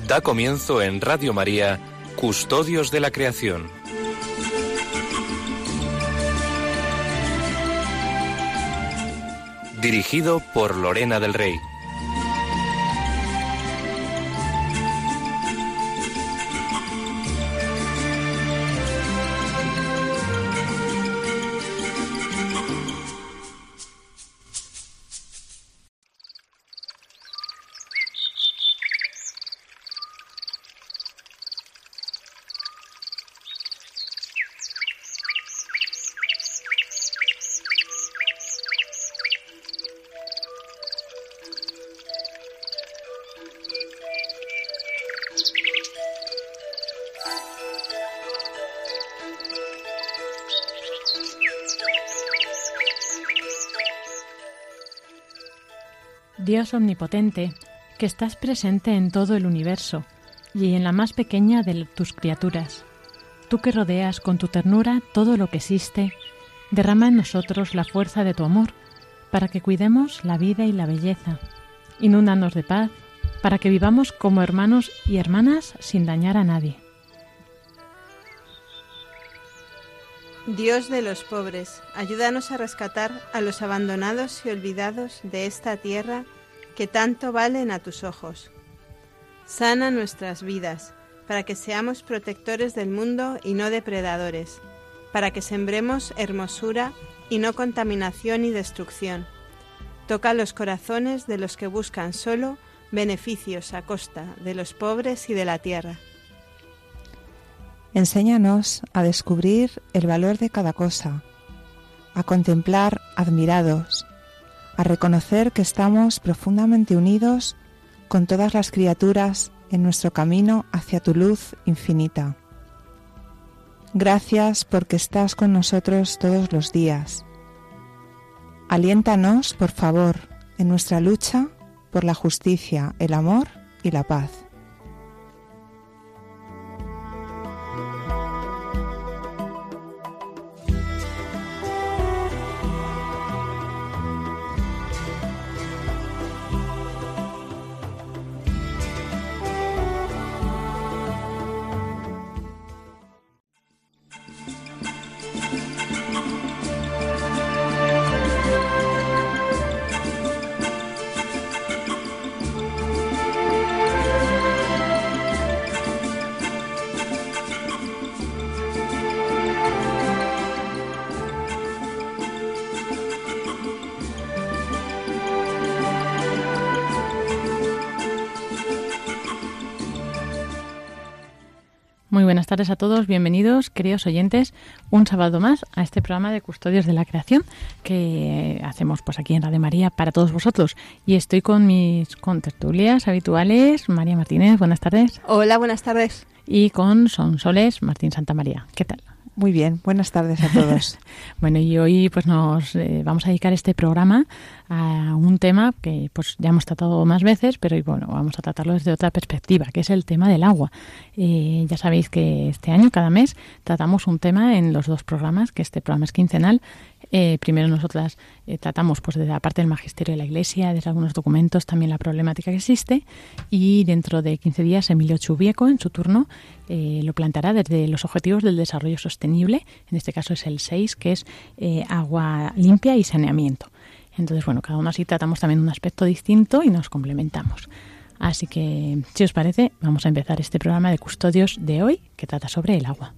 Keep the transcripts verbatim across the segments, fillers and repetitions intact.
Da comienzo en Radio María, Custodios de la Creación. Dirigido por Lorena del Rey. Dios omnipotente, que estás presente en todo el universo y en la más pequeña de tus criaturas, tú que rodeas con tu ternura todo lo que existe, derrama en nosotros la fuerza de tu amor para que cuidemos la vida y la belleza. Inúndanos de paz para que vivamos como hermanos y hermanas sin dañar a nadie. Dios de los pobres, ayúdanos a rescatar a los abandonados y olvidados de esta tierra que tanto valen a tus ojos. Sana nuestras vidas, para que seamos protectores del mundo y no depredadores, para que sembremos hermosura y no contaminación y destrucción. Toca los corazones de los que buscan solo beneficios a costa de los pobres y de la tierra. Enséñanos a descubrir el valor de cada cosa, a contemplar admirados, a reconocer que estamos profundamente unidos con todas las criaturas en nuestro camino hacia tu luz infinita. Gracias porque estás con nosotros todos los días. Aliéntanos, por favor, en nuestra lucha por la justicia, el amor y la paz. Muy buenas tardes a todos, bienvenidos, queridos oyentes, un sábado más a este programa de Custodios de la Creación que hacemos pues aquí en Radio María para todos vosotros. Y estoy con mis contertulias habituales, María Martínez, buenas tardes. Hola, buenas tardes. Y con Sonsoles Martín Santamaría, ¿qué tal? Muy bien, buenas tardes a todos. Bueno, y hoy pues nos eh, vamos a dedicar este programa a un tema que pues ya hemos tratado más veces, pero y, bueno, vamos a tratarlo desde otra perspectiva, que es el tema del agua. Eh, ya sabéis que este año, cada mes, tratamos un tema en los dos programas, que este programa es quincenal. Eh, primero nosotras eh, tratamos pues desde la parte del magisterio de la Iglesia, desde algunos documentos, también la problemática que existe, y dentro de quince días Emilio Chubieco, en su turno, eh, lo planteará desde los objetivos del desarrollo sostenible, en este caso es el seis, que es eh, agua limpia y saneamiento. Entonces, bueno, cada uno así tratamos también un aspecto distinto y nos complementamos. Así que, si os parece, vamos a empezar este programa de Custodios de hoy, que trata sobre el agua.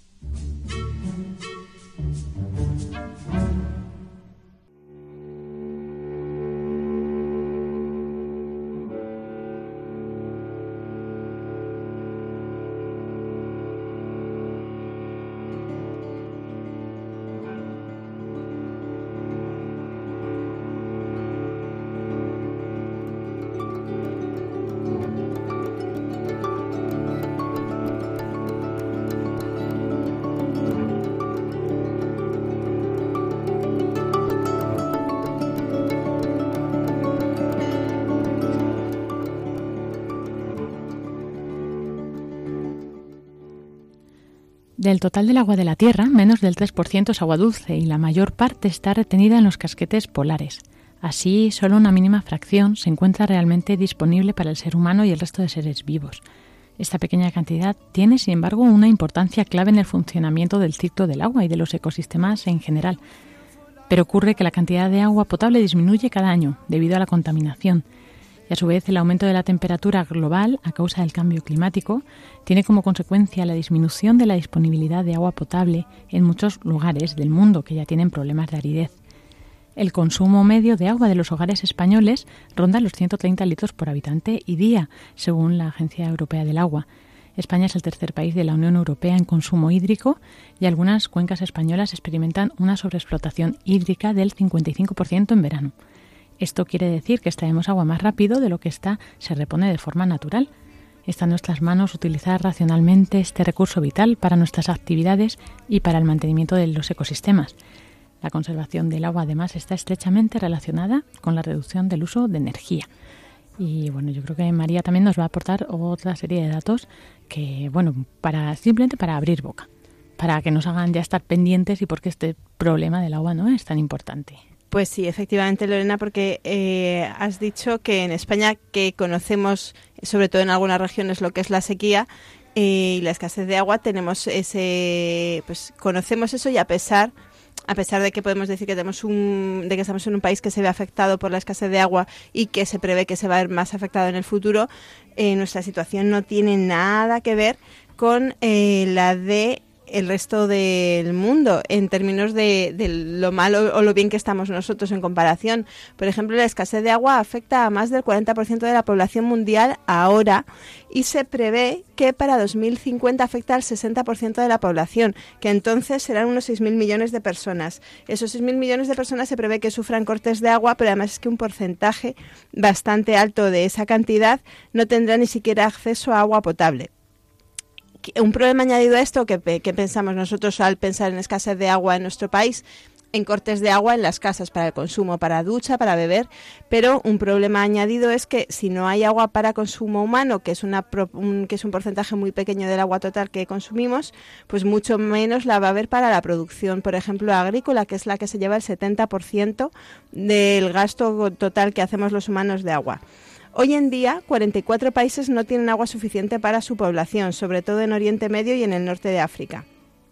Del total del agua de la Tierra, menos del tres por ciento es agua dulce y la mayor parte está retenida en los casquetes polares. Así, solo una mínima fracción se encuentra realmente disponible para el ser humano y el resto de seres vivos. Esta pequeña cantidad tiene, sin embargo, una importancia clave en el funcionamiento del ciclo del agua y de los ecosistemas en general. Pero ocurre que la cantidad de agua potable disminuye cada año debido a la contaminación. Y a su vez el aumento de la temperatura global a causa del cambio climático tiene como consecuencia la disminución de la disponibilidad de agua potable en muchos lugares del mundo que ya tienen problemas de aridez. El consumo medio de agua de los hogares españoles ronda los ciento treinta litros por habitante y día, según la Agencia Europea del Agua. España es el tercer país de la Unión Europea en consumo hídrico y algunas cuencas españolas experimentan una sobreexplotación hídrica del cincuenta y cinco por ciento en verano. Esto quiere decir que extraemos agua más rápido de lo que ésta se repone de forma natural. Está en nuestras manos utilizar racionalmente este recurso vital para nuestras actividades y para el mantenimiento de los ecosistemas. La conservación del agua, además, está estrechamente relacionada con la reducción del uso de energía. Y bueno, yo creo que María también nos va a aportar otra serie de datos que, bueno, para simplemente para abrir boca, para que nos hagan ya estar pendientes y por qué este problema del agua no es tan importante. Pues sí, efectivamente, Lorena, porque eh, has dicho que en España, que conocemos, sobre todo en algunas regiones, lo que es la sequía eh, y la escasez de agua, tenemos ese, pues conocemos eso y a pesar, a pesar de que podemos decir que tenemos un, de que estamos en un país que se ve afectado por la escasez de agua y que se prevé que se va a ver más afectado en el futuro, eh, nuestra situación no tiene nada que ver con eh, la de el resto del mundo en términos de, de lo malo o lo bien que estamos nosotros en comparación. Por ejemplo, la escasez de agua afecta a más del cuarenta por ciento de la población mundial ahora y se prevé que para dos mil cincuenta afecta al sesenta por ciento de la población, que entonces serán unos seis mil millones de personas. Esos seis mil millones de personas se prevé que sufran cortes de agua, pero además es que un porcentaje bastante alto de esa cantidad no tendrá ni siquiera acceso a agua potable. Un problema añadido a esto, que, que pensamos nosotros al pensar en escasez de agua en nuestro país, en cortes de agua en las casas para el consumo, para ducha, para beber, pero un problema añadido es que si no hay agua para consumo humano, que es, una, un, que es un porcentaje muy pequeño del agua total que consumimos, pues mucho menos la va a haber para la producción, por ejemplo, agrícola, que es la que se lleva el setenta por ciento del gasto total que hacemos los humanos de agua. Hoy en día, cuarenta y cuatro países no tienen agua suficiente para su población, sobre todo en Oriente Medio y en el norte de África.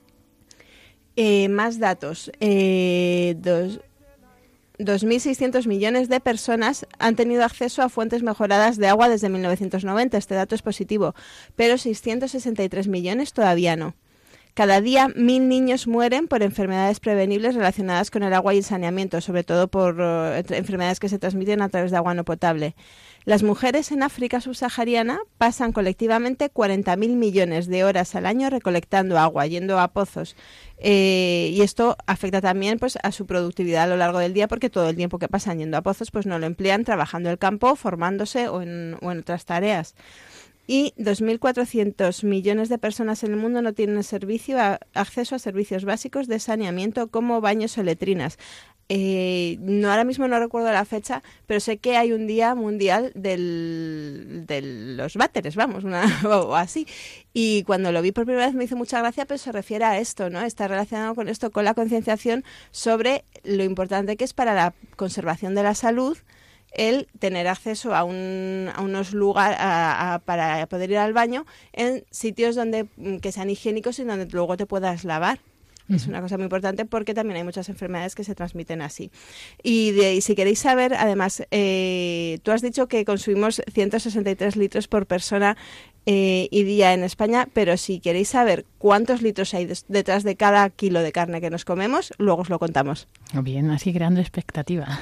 Eh, más datos. Eh, dos, dos mil seiscientos millones de personas han tenido acceso a fuentes mejoradas de agua desde mil novecientos noventa. Este dato es positivo, pero seiscientos sesenta y tres millones todavía no. Cada día mil niños mueren por enfermedades prevenibles relacionadas con el agua y el saneamiento, sobre todo por uh, enfermedades que se transmiten a través de agua no potable. Las mujeres en África subsahariana pasan colectivamente cuarenta mil millones de horas al año recolectando agua, yendo a pozos. Eh, y esto afecta también pues, a su productividad a lo largo del día, porque todo el tiempo que pasan yendo a pozos pues no lo emplean trabajando el campo, formándose o en, o en otras tareas. Y dos mil cuatrocientos millones de personas en el mundo no tienen servicio a, acceso a servicios básicos de saneamiento como baños o letrinas. Eh, no ahora mismo no recuerdo la fecha, pero sé que hay un día mundial del, de los váteres, vamos, una, o así. Y cuando lo vi por primera vez me hizo mucha gracia, pero se refiere a esto, ¿no? Está relacionado con esto, con la concienciación sobre lo importante que es para la conservación de la salud el tener acceso a, un, a unos lugares para poder ir al baño en sitios donde que sean higiénicos y donde luego te puedas lavar. Es una cosa muy importante porque también hay muchas enfermedades que se transmiten así. Y, de, y si queréis saber, además, eh, tú has dicho que consumimos ciento sesenta y tres litros por persona eh, y día en España, pero si queréis saber cuántos litros hay des, detrás de cada kilo de carne que nos comemos, luego os lo contamos. Bien, así creando expectativa.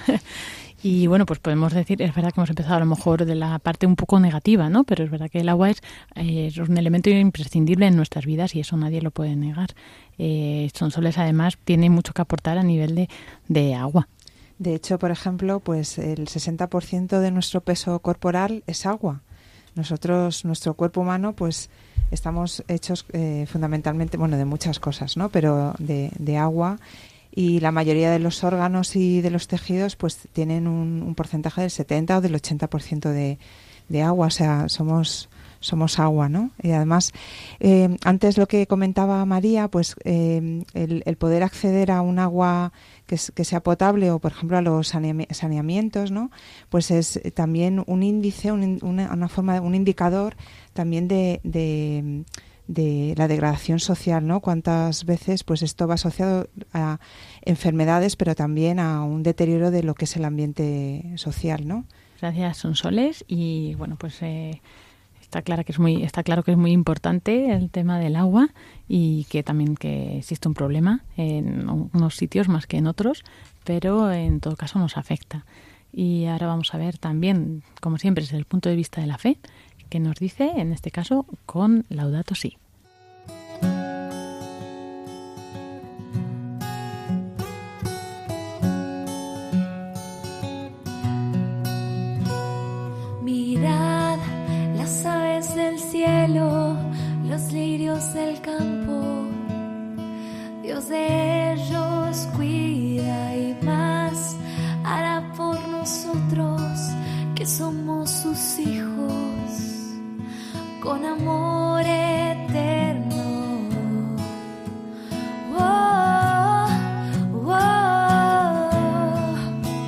Y bueno, pues podemos decir, es verdad que hemos empezado a lo mejor de la parte un poco negativa, ¿no? Pero es verdad que el agua es, eh, es un elemento imprescindible en nuestras vidas y eso nadie lo puede negar. Eh, Sonsoles además tiene mucho que aportar a nivel de, de agua. De hecho, por ejemplo, pues el sesenta por ciento de nuestro peso corporal es agua. Nosotros, nuestro cuerpo humano, pues estamos hechos eh, fundamentalmente, bueno, de muchas cosas, ¿no? Pero de, de agua. Y la mayoría de los órganos y de los tejidos pues tienen un, un porcentaje del setenta o del ochenta por ciento de, de agua. O sea, somos somos agua, ¿no? Y además, eh, antes lo que comentaba María, pues eh, el, el poder acceder a un agua que, que sea potable o, por ejemplo, a los saneamientos, ¿no? Pues es también un índice, un, una, una forma, un indicador también de, de, de la degradación social, ¿no? Cuántas veces pues esto va asociado a enfermedades, pero también a un deterioro de lo que es el ambiente social, ¿no? Gracias, Sonsoles. Y bueno, pues eh, está claro que es muy, está claro que es muy importante el tema del agua y que también que existe un problema en unos sitios más que en otros, pero en todo caso nos afecta. Y ahora vamos a ver también, como siempre, desde el punto de vista de la fe, que nos dice, en este caso, con Laudato Si. Mirad las aves del cielo, los lirios del campo, Dios de ellos cuida y más hará por nosotros que somos sus hijos. Con amor eterno. Oh, oh,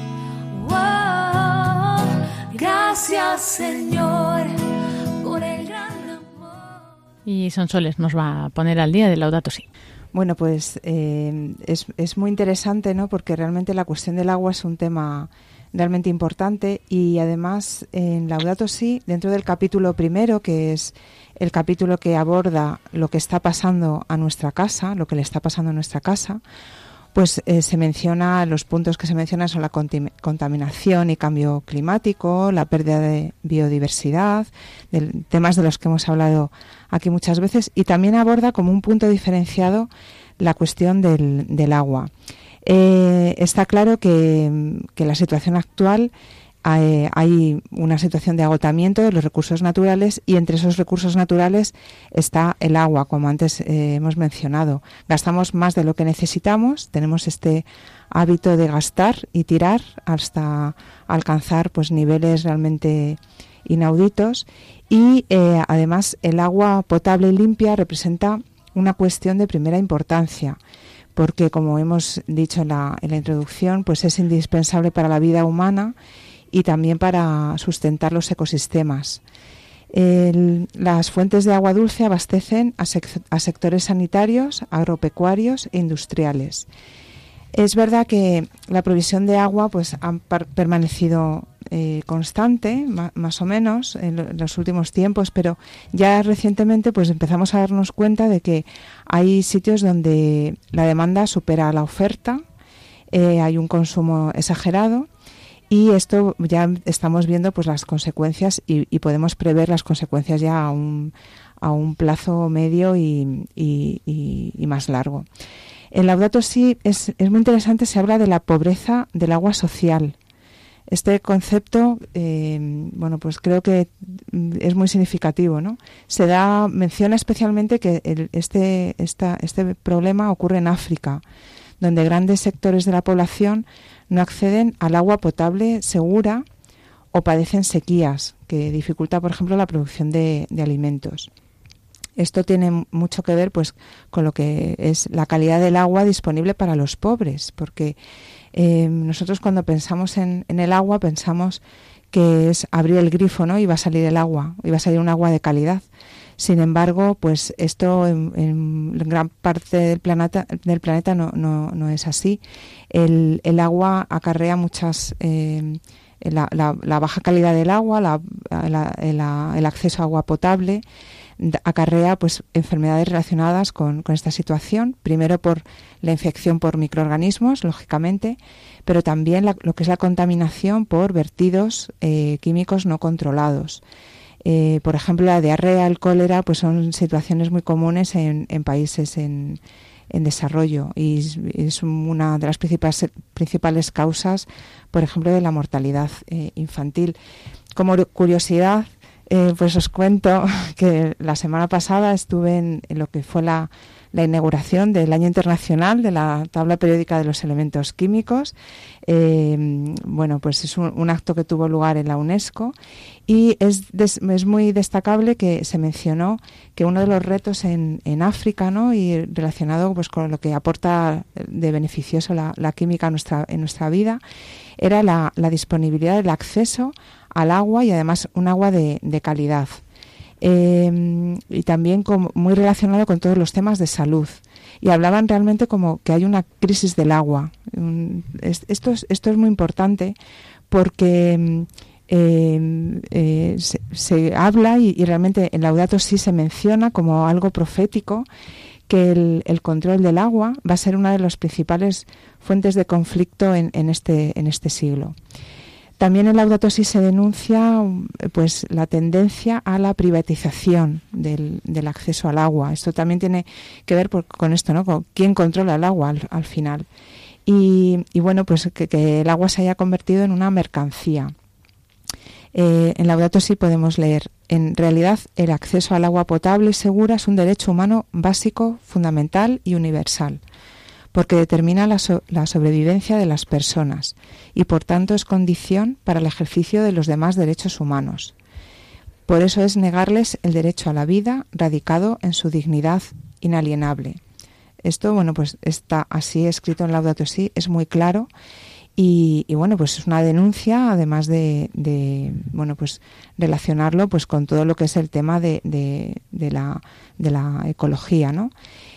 oh. Gracias, Señor, por el gran amor. Y Sonsoles nos va a poner al día de Laudato Si. Bueno, pues eh, es, es muy interesante, ¿no? Porque realmente la cuestión del agua es un tema realmente importante y además en Laudato Si, dentro del capítulo primero, que es el capítulo que aborda lo que está pasando a nuestra casa, lo que le está pasando a nuestra casa, pues eh, se menciona, los puntos que se mencionan son la contim- contaminación y cambio climático, la pérdida de biodiversidad, de, temas de los que hemos hablado aquí muchas veces, y también aborda como un punto diferenciado la cuestión del, del agua. Eh, está claro que, que la situación actual eh, hay una situación de agotamiento de los recursos naturales y entre esos recursos naturales está el agua, como antes eh, hemos mencionado. Gastamos más de lo que necesitamos, tenemos este hábito de gastar y tirar hasta alcanzar pues niveles realmente inauditos y eh, además el agua potable y limpia representa una cuestión de primera importancia, porque como hemos dicho en la, en la introducción, pues es indispensable para la vida humana y también para sustentar los ecosistemas. El, las fuentes de agua dulce abastecen a, sec, a sectores sanitarios, agropecuarios e industriales. Es verdad que la provisión de agua pues ha par, permanecido eh, constante, ma, más o menos, en los últimos tiempos, pero ya recientemente pues empezamos a darnos cuenta de que hay sitios donde la demanda supera la oferta, eh, hay un consumo exagerado y esto ya estamos viendo pues las consecuencias y, y podemos prever las consecuencias ya a un, a un plazo medio y, y, y, y más largo. En Laudato Si es, es muy interesante, se habla de la pobreza del agua social. Este concepto, eh, bueno, pues creo que es muy significativo, ¿no? Se da, menciona especialmente que el, este, esta, este problema ocurre en África, donde grandes sectores de la población no acceden al agua potable segura o padecen sequías, que dificulta, por ejemplo, la producción de, de alimentos. Esto tiene mucho que ver pues con lo que es la calidad del agua disponible para los pobres, porque eh, nosotros cuando pensamos en, en el agua pensamos que es abrir el grifo, ¿no? Y va a salir el agua, y va a salir un agua de calidad. Sin embargo, pues esto en, en gran parte del planeta, del planeta no, no, no es así. El, el agua acarrea muchas... Eh, la, la, la baja calidad del agua, la, la, la, el acceso a agua potable, acarrea pues enfermedades relacionadas con, con esta situación, primero por la infección por microorganismos, lógicamente, pero también la, lo que es la contaminación por vertidos eh, químicos no controlados. Eh, por ejemplo, la diarrea, el cólera, pues son situaciones muy comunes en, en países en, en desarrollo y es, es una de las principales, principales causas, por ejemplo, de la mortalidad eh, infantil. Como curiosidad, Eh, pues os cuento que la semana pasada estuve en, en lo que fue la, la inauguración del Año Internacional de la Tabla Periódica de los Elementos Químicos. Eh, bueno, pues es un, un acto que tuvo lugar en la UNESCO y es, des, es muy destacable que se mencionó que uno de los retos en, en África, ¿no?, y relacionado pues con lo que aporta de beneficioso la, la química a nuestra, en nuestra vida, era la, la disponibilidad del acceso al agua y además un agua de, de calidad. Eh, y también con, muy relacionado con todos los temas de salud, y hablaban realmente como que hay una crisis del agua. Um, es, esto, es, esto es muy importante porque eh, eh, se, se habla y, y realmente en Laudato Si se menciona como algo profético que el, el control del agua va a ser una de las principales fuentes de conflicto en, en, este, en este siglo. También en Laudato Si se denuncia pues la tendencia a la privatización del, del acceso al agua. Esto también tiene que ver por, con esto, ¿no?, con quién controla el agua al, al final. Y, y bueno, pues que, que el agua se haya convertido en una mercancía. Eh, en Laudato Si podemos leer: en realidad el acceso al agua potable y segura es un derecho humano básico, fundamental y universal, porque determina la, so- la sobrevivencia de las personas y por tanto es condición para el ejercicio de los demás derechos humanos. Por eso es negarles el derecho a la vida radicado en su dignidad inalienable. Esto, bueno, pues está así escrito en Laudato Si, es muy claro y, y bueno, pues es una denuncia, además de, de bueno, pues relacionarlo pues con todo lo que es el tema de, de, de la, de la ecología, ¿no?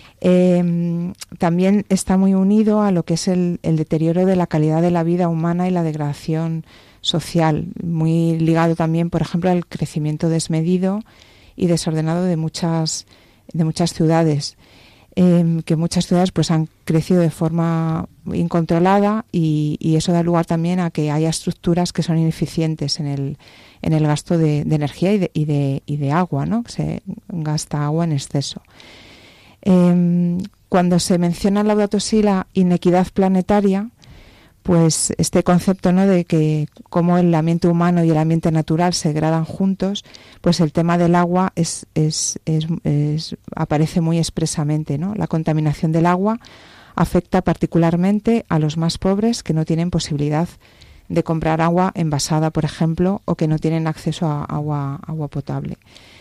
Eh, también está muy unido a lo que es el, el deterioro de la calidad de la vida humana y la degradación social, muy ligado también, por ejemplo, al crecimiento desmedido y desordenado de muchas de muchas ciudades, eh, que muchas ciudades pues han crecido de forma incontrolada y, y eso da lugar también a que haya estructuras que son ineficientes en el en el gasto de, de energía y de, y de y de agua, ¿no? Se gasta agua en exceso. Eh, cuando se menciona en Laudato Si la inequidad planetaria, pues este concepto, ¿no?, de que cómo el ambiente humano y el ambiente natural se degradan juntos, pues el tema del agua es, es, es, es aparece muy expresamente, ¿no? La contaminación del agua afecta particularmente a los más pobres que no tienen posibilidad de comprar agua envasada, por ejemplo, o que no tienen acceso a agua, agua potable.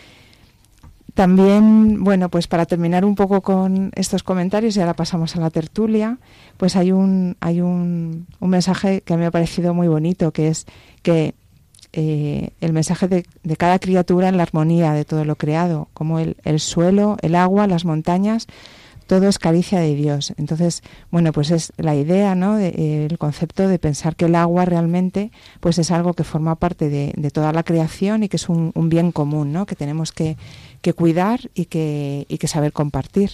También, bueno, pues para terminar un poco con estos comentarios, y ahora pasamos a la tertulia, pues hay un hay un, un mensaje que a mí me ha parecido muy bonito, que es que eh, el mensaje de, de cada criatura en la armonía de todo lo creado, como el, el suelo, el agua, las montañas, todo es caricia de Dios. Entonces, bueno, pues es la idea, ¿no?, de, eh, el concepto de pensar que el agua realmente pues es algo que forma parte de, de toda la creación y que es un, un bien común, ¿no?, que tenemos que, que cuidar y que, y que saber compartir.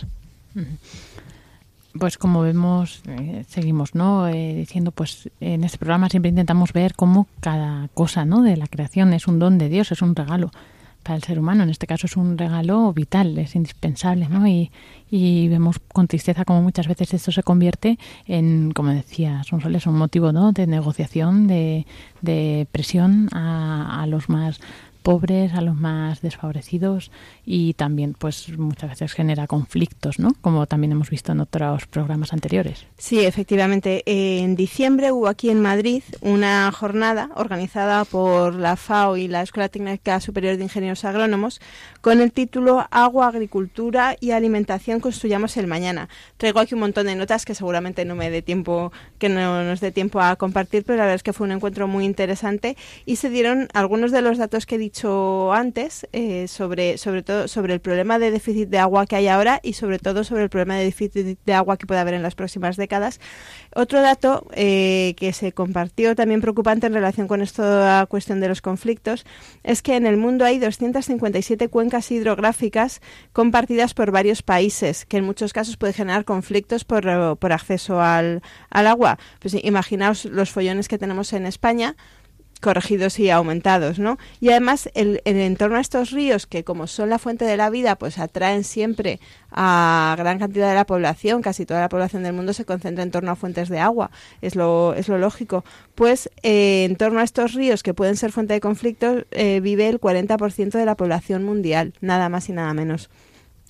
Pues como vemos, eh, seguimos, ¿no?, eh, diciendo, pues en este programa siempre intentamos ver cómo cada cosa, ¿no?, de la creación es un don de Dios, es un regalo para el ser humano. En este caso es un regalo vital, es indispensable, ¿no? Y, y vemos con tristeza cómo muchas veces esto se convierte en, como decía Sonsoles, un motivo, ¿no?, de negociación, de, de presión a, a los más pobres, a los más desfavorecidos, y también pues muchas veces genera conflictos, ¿no?, como también hemos visto en otros programas anteriores. Sí, efectivamente. En diciembre hubo aquí en Madrid una jornada organizada por la FAO y la Escuela Técnica Superior de Ingenieros Agrónomos con el título Agua, Agricultura y Alimentación, construyamos el mañana. Traigo aquí un montón de notas que seguramente no me dé tiempo, que no nos dé tiempo a compartir, pero la verdad es que fue un encuentro muy interesante y se dieron algunos de los datos que he dicho antes eh, sobre sobre todo sobre el problema de déficit de agua que hay ahora y sobre todo sobre el problema de déficit de agua que puede haber en las próximas décadas. Otro dato eh, que se compartió también preocupante en relación con esta cuestión de los conflictos es que en el mundo hay doscientas cincuenta y siete cuencas hidrográficas compartidas por varios países, que en muchos casos puede generar conflictos por, por acceso al, al agua. Pues imaginaos los follones que tenemos en España, corregidos y aumentados, ¿no? Y además el, el entorno a estos ríos, que como son la fuente de la vida, pues atraen siempre a gran cantidad de la población, casi toda la población del mundo se concentra en torno a fuentes de agua, es lo, es lo lógico. Pues eh, en torno a estos ríos, que pueden ser fuente de conflictos, eh, vive el cuarenta por ciento de la población mundial, nada más y nada menos.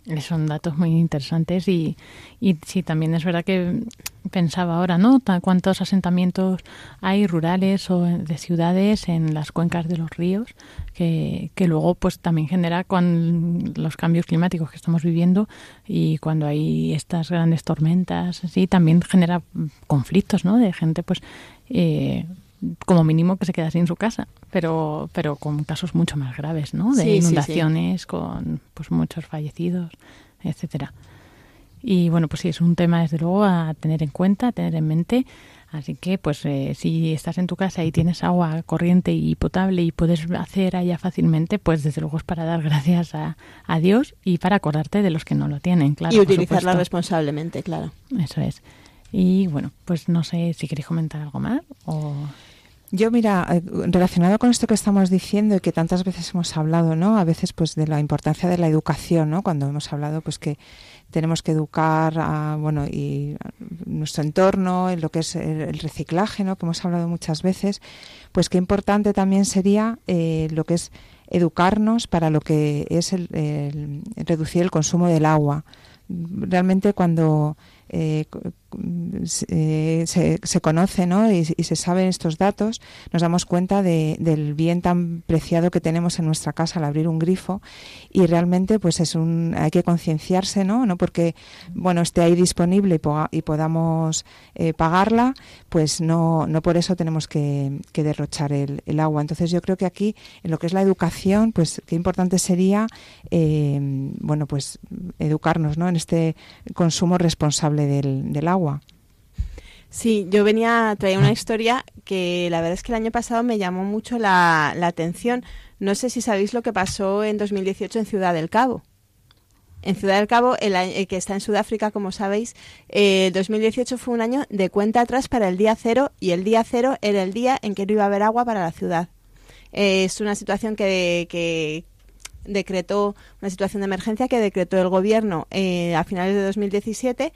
Son datos muy interesantes y, y sí, también es verdad que pensaba ahora, ¿no? Cuántos asentamientos hay rurales o de ciudades en las cuencas de los ríos que, que luego pues también genera con los cambios climáticos que estamos viviendo y cuando hay estas grandes tormentas, sí, también genera conflictos, ¿no? De gente pues eh, como mínimo que se queda sin su casa, pero pero con casos mucho más graves, ¿no? De sí, inundaciones, sí, sí. Con pues muchos fallecidos, etcétera. Y bueno, pues sí, es un tema desde luego a tener en cuenta, a tener en mente. Así que pues eh, si estás en tu casa y tienes agua corriente y potable y puedes hacer allá fácilmente, pues desde luego es para dar gracias a, a Dios y para acordarte de los que no lo tienen, claro. Y utilizarla responsablemente, claro. Eso es. Y bueno, pues no sé si queréis comentar algo más o... Yo, mira, relacionado con esto que estamos diciendo y que tantas veces hemos hablado, ¿no? A veces, pues, de la importancia de la educación, ¿no? Cuando hemos hablado, pues, que tenemos que educar a, bueno, y a nuestro entorno, en lo que es el, el reciclaje, ¿no? Que hemos hablado muchas veces, pues, qué importante también sería eh, lo que es educarnos para lo que es el, el, el reducir el consumo del agua. Realmente, cuando Eh, eh, se, se conoce, ¿no? y, y se saben estos datos, nos damos cuenta de, del bien tan preciado que tenemos en nuestra casa al abrir un grifo y realmente pues es un hay que concienciarse, ¿no? No porque bueno esté ahí disponible y, po- y podamos eh, pagarla, pues no no por eso tenemos que, que derrochar el, el agua. Entonces yo creo que aquí en lo que es la educación, pues qué importante sería eh, bueno pues educarnos, ¿no? En este consumo responsable Del, del agua. Sí, yo venía a traer una historia que la verdad es que el año pasado me llamó mucho la, la atención. No sé si sabéis lo que pasó en dos mil dieciocho en Ciudad del Cabo. En Ciudad del Cabo, el, el que está en Sudáfrica, como sabéis, eh, dos mil dieciocho fue un año de cuenta atrás para el día cero y el día cero era el día en que no iba a haber agua para la ciudad. Eh, es una situación que... que decretó una situación de emergencia que decretó el gobierno eh, a finales de dos mil diecisiete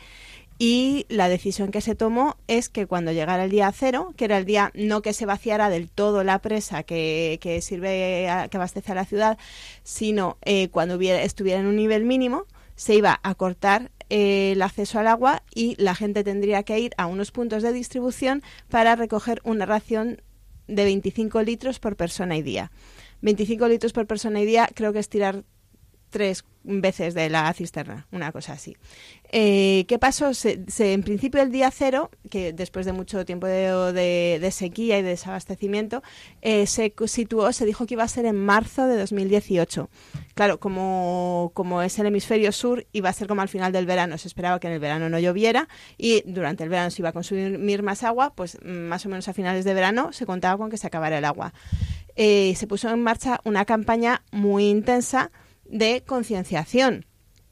y la decisión que se tomó es que cuando llegara el día cero, que era el día no que se vaciara del todo la presa que, que sirve a, que abastece a la ciudad, sino eh, cuando hubiera, estuviera en un nivel mínimo, se iba a cortar eh, el acceso al agua y la gente tendría que ir a unos puntos de distribución para recoger una ración de veinticinco litros por persona y día. veinticinco litros por persona y día creo que es tirar tres veces de la cisterna, una cosa así. Eh, ¿Qué pasó? Se, se, en principio el día cero, que después de mucho tiempo de, de, de sequía y de desabastecimiento, eh, se situó, se dijo que iba a ser en marzo de dos mil dieciocho. Claro, como, como es el hemisferio sur, iba a ser como al final del verano. Se esperaba que en el verano no lloviera y durante el verano se iba a consumir más agua, pues más o menos a finales de verano se contaba con que se acabara el agua. Eh, se puso en marcha una campaña muy intensa de concienciación.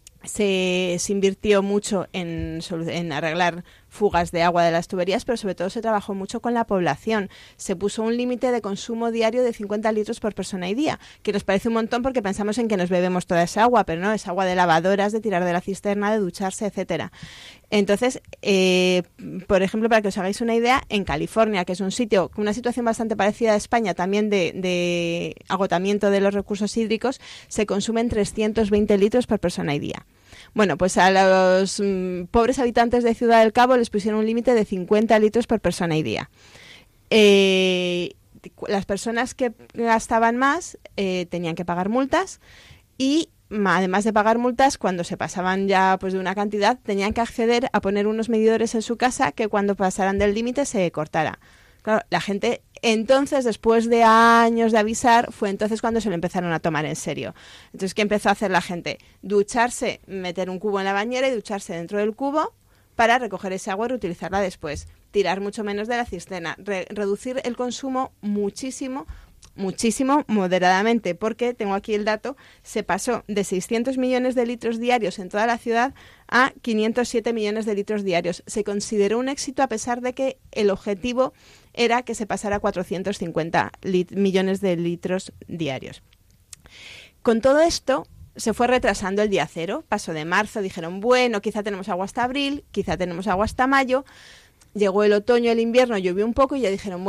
Se, se invirtió mucho en, en arreglar fugas de agua de las tuberías, pero sobre todo se trabajó mucho con la población. Se puso un límite de consumo diario de cincuenta litros por persona y día, que nos parece un montón porque pensamos en que nos bebemos toda esa agua, pero no, es agua de lavadoras, de tirar de la cisterna, de ducharse, etcétera. Entonces, eh, por ejemplo, para que os hagáis una idea, en California, que es un sitio con una situación bastante parecida a España, también de, de agotamiento de los recursos hídricos, se consumen trescientos veinte litros por persona y día. Bueno, pues a los mmm, pobres habitantes de Ciudad del Cabo les pusieron un límite de cincuenta litros por persona y día. Eh, las personas que gastaban más eh, tenían que pagar multas y además de pagar multas, cuando se pasaban ya pues de una cantidad, tenían que acceder a poner unos medidores en su casa que cuando pasaran del límite se cortara. Claro, la gente entonces, después de años de avisar, fue entonces cuando se lo empezaron a tomar en serio. Entonces, ¿qué empezó a hacer la gente? Ducharse, meter un cubo en la bañera y ducharse dentro del cubo para recoger ese agua y reutilizarla después. Tirar mucho menos de la cisterna. Re- reducir el consumo muchísimo, muchísimo, moderadamente, porque, tengo aquí el dato, se pasó de seiscientos millones de litros diarios en toda la ciudad a quinientos siete millones de litros diarios. Se consideró un éxito a pesar de que el objetivo era que se pasara a cuatrocientos cincuenta lit- millones de litros diarios. Con todo esto, se fue retrasando el día cero. Pasó de marzo, dijeron, bueno, quizá tenemos agua hasta abril, quizá tenemos agua hasta mayo. Llegó el otoño, el invierno, llovió un poco y ya dijeron, bueno,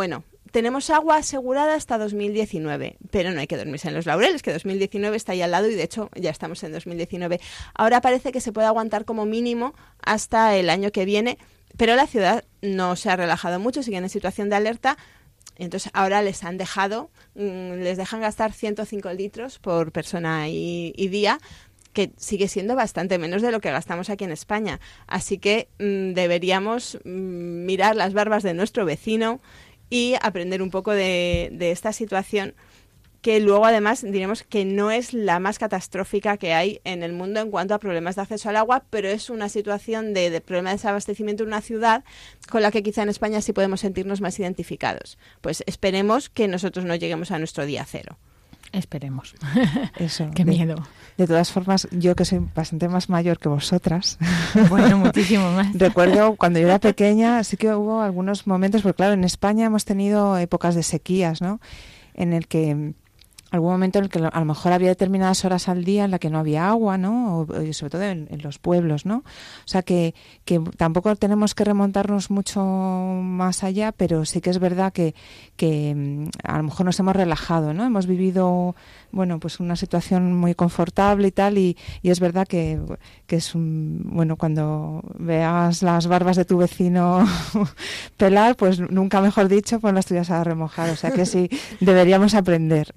tenemos agua asegurada hasta dos mil diecinueve, pero no hay que dormirse en los laureles, que dos mil diecinueve está ahí al lado y de hecho ya estamos en dos mil diecinueve. Ahora parece que se puede aguantar como mínimo hasta el año que viene, pero la ciudad no se ha relajado mucho, siguen en situación de alerta. Entonces ahora les han dejado, les dejan gastar ciento cinco litros por persona y, y día, que sigue siendo bastante menos de lo que gastamos aquí en España. Así que mmm, deberíamos mmm, mirar las barbas de nuestro vecino y aprender un poco de, de esta situación, que luego además diremos que no es la más catastrófica que hay en el mundo en cuanto a problemas de acceso al agua, pero es una situación de, de problema de desabastecimiento en una ciudad con la que quizá en España sí podemos sentirnos más identificados. Pues esperemos que nosotros no lleguemos a nuestro día cero. Esperemos. Eso. Qué de, miedo. De todas formas, yo que soy bastante más mayor que vosotras, bueno, muchísimo más. Recuerdo cuando yo era pequeña, sí que hubo algunos momentos, porque claro, en España hemos tenido épocas de sequías, ¿no? En el que algún momento en el que a lo mejor había determinadas horas al día en la que no había agua, ¿no? O, y sobre todo en, en los pueblos, ¿no? O sea que, que tampoco tenemos que remontarnos mucho más allá, pero sí que es verdad que, que a lo mejor nos hemos relajado, ¿no? Hemos vivido, bueno, pues una situación muy confortable y tal, y, y es verdad que, que es un, bueno, cuando veas las barbas de tu vecino pelar, pues nunca mejor dicho, pues las tuyas a remojar. O sea que sí, deberíamos aprender.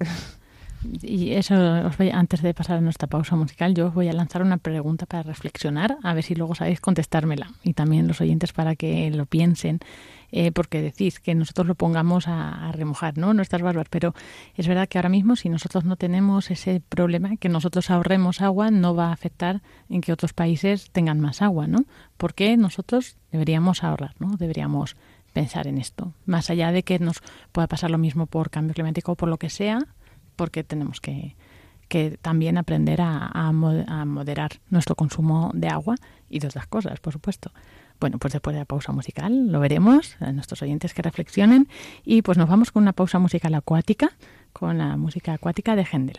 Y eso, os voy, antes de pasar a nuestra pausa musical, yo os voy a lanzar una pregunta para reflexionar, a ver si luego sabéis contestármela. Y también los oyentes para que lo piensen, eh, porque decís que nosotros lo pongamos a, a remojar, ¿no? Nuestras barbas. Pero es verdad que ahora mismo, si nosotros no tenemos ese problema, que nosotros ahorremos agua, no va a afectar en que otros países tengan más agua, ¿no? Porque nosotros deberíamos ahorrar, ¿no? Deberíamos pensar en esto. Más allá de que nos pueda pasar lo mismo por cambio climático o por lo que sea, porque tenemos que, que también aprender a, a, a moderar nuestro consumo de agua y de otras cosas, por supuesto. Bueno, pues después de la pausa musical lo veremos, a nuestros oyentes que reflexionen, y pues nos vamos con una pausa musical acuática, con la música acuática de Händel.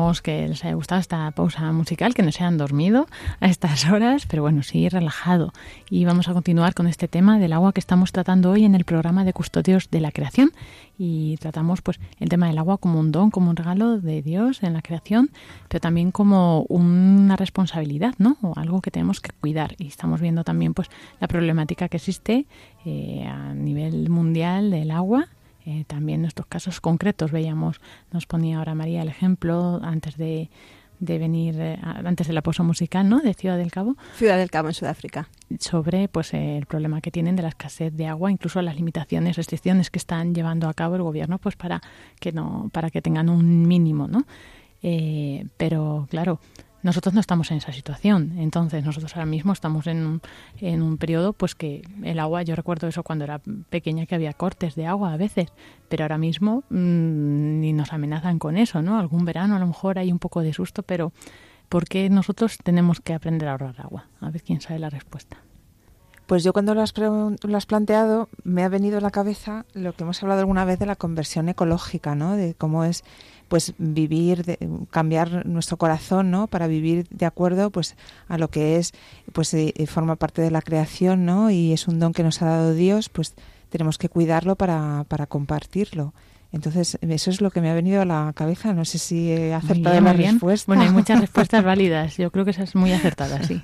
Esperamos que les haya gustado esta pausa musical, que no se hayan dormido a estas horas, pero bueno, sí relajado. Y vamos a continuar con este tema del agua que estamos tratando hoy en el programa de Custodios de la Creación. Y tratamos pues el tema del agua como un don, como un regalo de Dios en la creación, pero también como una responsabilidad, ¿no? O algo que tenemos que cuidar. Y estamos viendo también pues la problemática que existe eh, a nivel mundial del agua. Eh, también nuestros casos concretos veíamos, nos ponía ahora María el ejemplo antes de, de venir, eh, antes de la pausa musical, ¿no? De Ciudad del Cabo. Ciudad del Cabo en Sudáfrica. Sobre pues eh, el problema que tienen de la escasez de agua, incluso las limitaciones, restricciones que están llevando a cabo el gobierno, pues para que no, para que tengan un mínimo, ¿no? Eh, pero claro, nosotros no estamos en esa situación. Entonces nosotros ahora mismo estamos en un, en un periodo pues que el agua, yo recuerdo eso cuando era pequeña, que había cortes de agua a veces, pero ahora mismo mmm, ni nos amenazan con eso, ¿no? Algún verano a lo mejor hay un poco de susto, pero ¿por qué nosotros tenemos que aprender a ahorrar agua? A ver quién sabe la respuesta. Pues yo cuando lo has, pre- lo has planteado me ha venido a la cabeza lo que hemos hablado alguna vez de la conversión ecológica, ¿no? De cómo es pues vivir, de, cambiar nuestro corazón, ¿no? Para vivir de acuerdo pues a lo que es, pues eh, forma parte de la creación, ¿no? Y es un don que nos ha dado Dios, pues tenemos que cuidarlo para, para compartirlo. Entonces, eso es lo que me ha venido a la cabeza. No sé si he acertado bien, la bien. respuesta. Bueno, hay muchas respuestas válidas. Yo creo que esa es muy acertada, sí.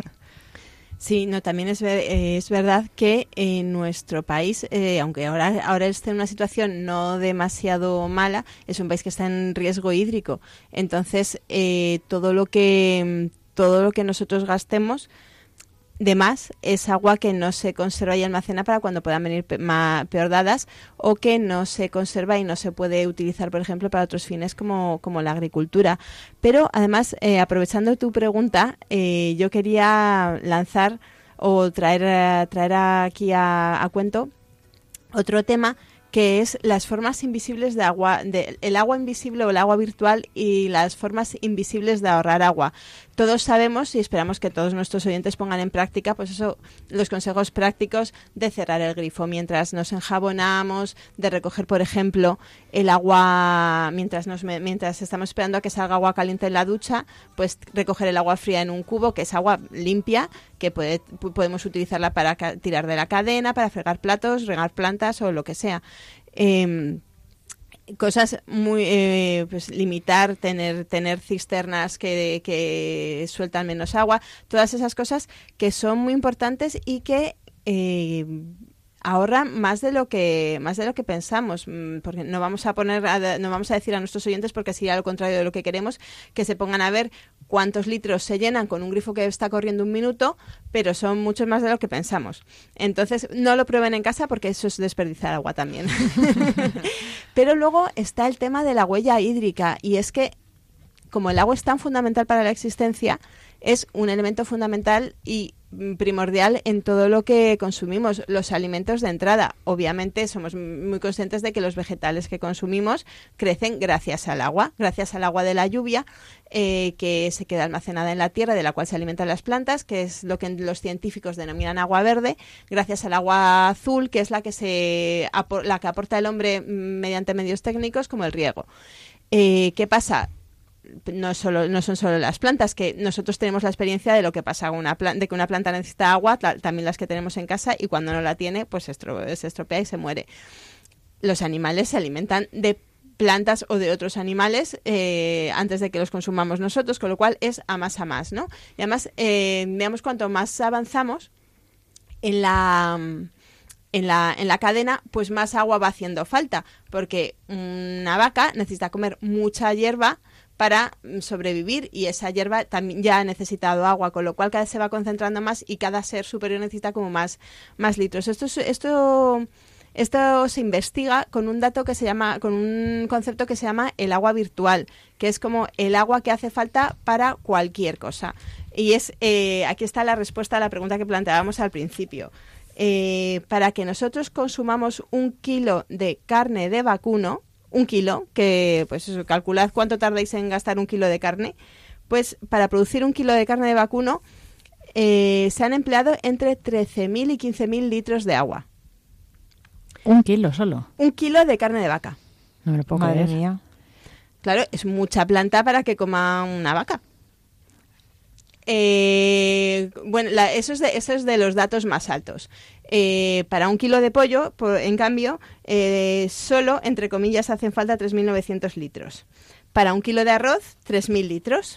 Sí, no, también es, eh, es verdad que en nuestro país, eh, aunque ahora, ahora esté en una situación no demasiado mala, es un país que está en riesgo hídrico. Entonces, eh, todo lo que todo lo que nosotros gastemos de más es agua que no se conserva y almacena para cuando puedan venir pe- ma- peor dadas, o que no se conserva y no se puede utilizar, por ejemplo, para otros fines como, como la agricultura. Pero además, eh, aprovechando tu pregunta, eh, yo quería lanzar o traer, eh, traer aquí a, a cuento otro tema, que es las formas invisibles de agua, de, el agua invisible o el agua virtual y las formas invisibles de ahorrar agua. Todos sabemos y esperamos que todos nuestros oyentes pongan en práctica, pues eso, los consejos prácticos de cerrar el grifo mientras nos enjabonamos, de recoger, por ejemplo, el agua mientras nos mientras estamos esperando a que salga agua caliente en la ducha, pues recoger el agua fría en un cubo, que es agua limpia, que puede, podemos utilizarla para ca- tirar de la cadena, para fregar platos, regar plantas o lo que sea. Eh, cosas muy eh, pues limitar, tener tener cisternas que, que sueltan menos agua, todas esas cosas que son muy importantes y que eh, ahorran más de lo que más de lo que pensamos, porque no vamos a poner a, no vamos a decir a nuestros oyentes, porque sería lo contrario de lo que queremos, que se pongan a ver cuántos litros se llenan con un grifo que está corriendo un minuto, pero son muchos más de lo que pensamos. Entonces, no lo prueben en casa porque eso es desperdiciar agua también. Pero luego está el tema de la huella hídrica, y es que como el agua es tan fundamental para la existencia, es un elemento fundamental y primordial en todo lo que consumimos, los alimentos de entrada. Obviamente somos muy conscientes de que los vegetales que consumimos crecen gracias al agua, gracias al agua de la lluvia, eh, que se queda almacenada en la tierra, de la cual se alimentan las plantas, que es lo que los científicos denominan agua verde, gracias al agua azul, que es la que se la que aporta el hombre mediante medios técnicos como el riego. Eh, ¿Qué pasa? No, solo, no son solo las plantas, que nosotros tenemos la experiencia de lo que pasa con una planta, de que una planta necesita agua, ta, también las que tenemos en casa, y cuando no la tiene, pues se, estro, se estropea y se muere. Los animales se alimentan de plantas o de otros animales eh, antes de que los consumamos nosotros, con lo cual es a más a más, ¿no? Y además, eh, digamos, cuanto más avanzamos en la... En la, en la cadena, pues más agua va haciendo falta, porque una vaca necesita comer mucha hierba para sobrevivir, y esa hierba también ya ha necesitado agua, con lo cual cada vez se va concentrando más y cada ser superior necesita como más, más litros. Esto, es, esto, esto se investiga con un dato que se llama, con un concepto que se llama el agua virtual, que es como el agua que hace falta para cualquier cosa. Y es eh, aquí está la respuesta a la pregunta que planteábamos al principio. Eh, para que nosotros consumamos un kilo de carne de vacuno, un kilo, que pues eso, calculad cuánto tardáis en gastar un kilo de carne, pues para producir un kilo de carne de vacuno eh, se han empleado entre trece mil y quince mil litros de agua. ¿Un kilo solo? Un kilo de carne de vaca. No me lo puedo Madre creer. mía. Claro, es mucha planta para que coma una vaca. Eh, bueno, la, eso, es de, eso es de los datos más altos. Eh, para un kilo de pollo, por, en cambio, eh, solo, entre comillas, hacen falta tres mil novecientos litros. Para un kilo de arroz, tres mil litros.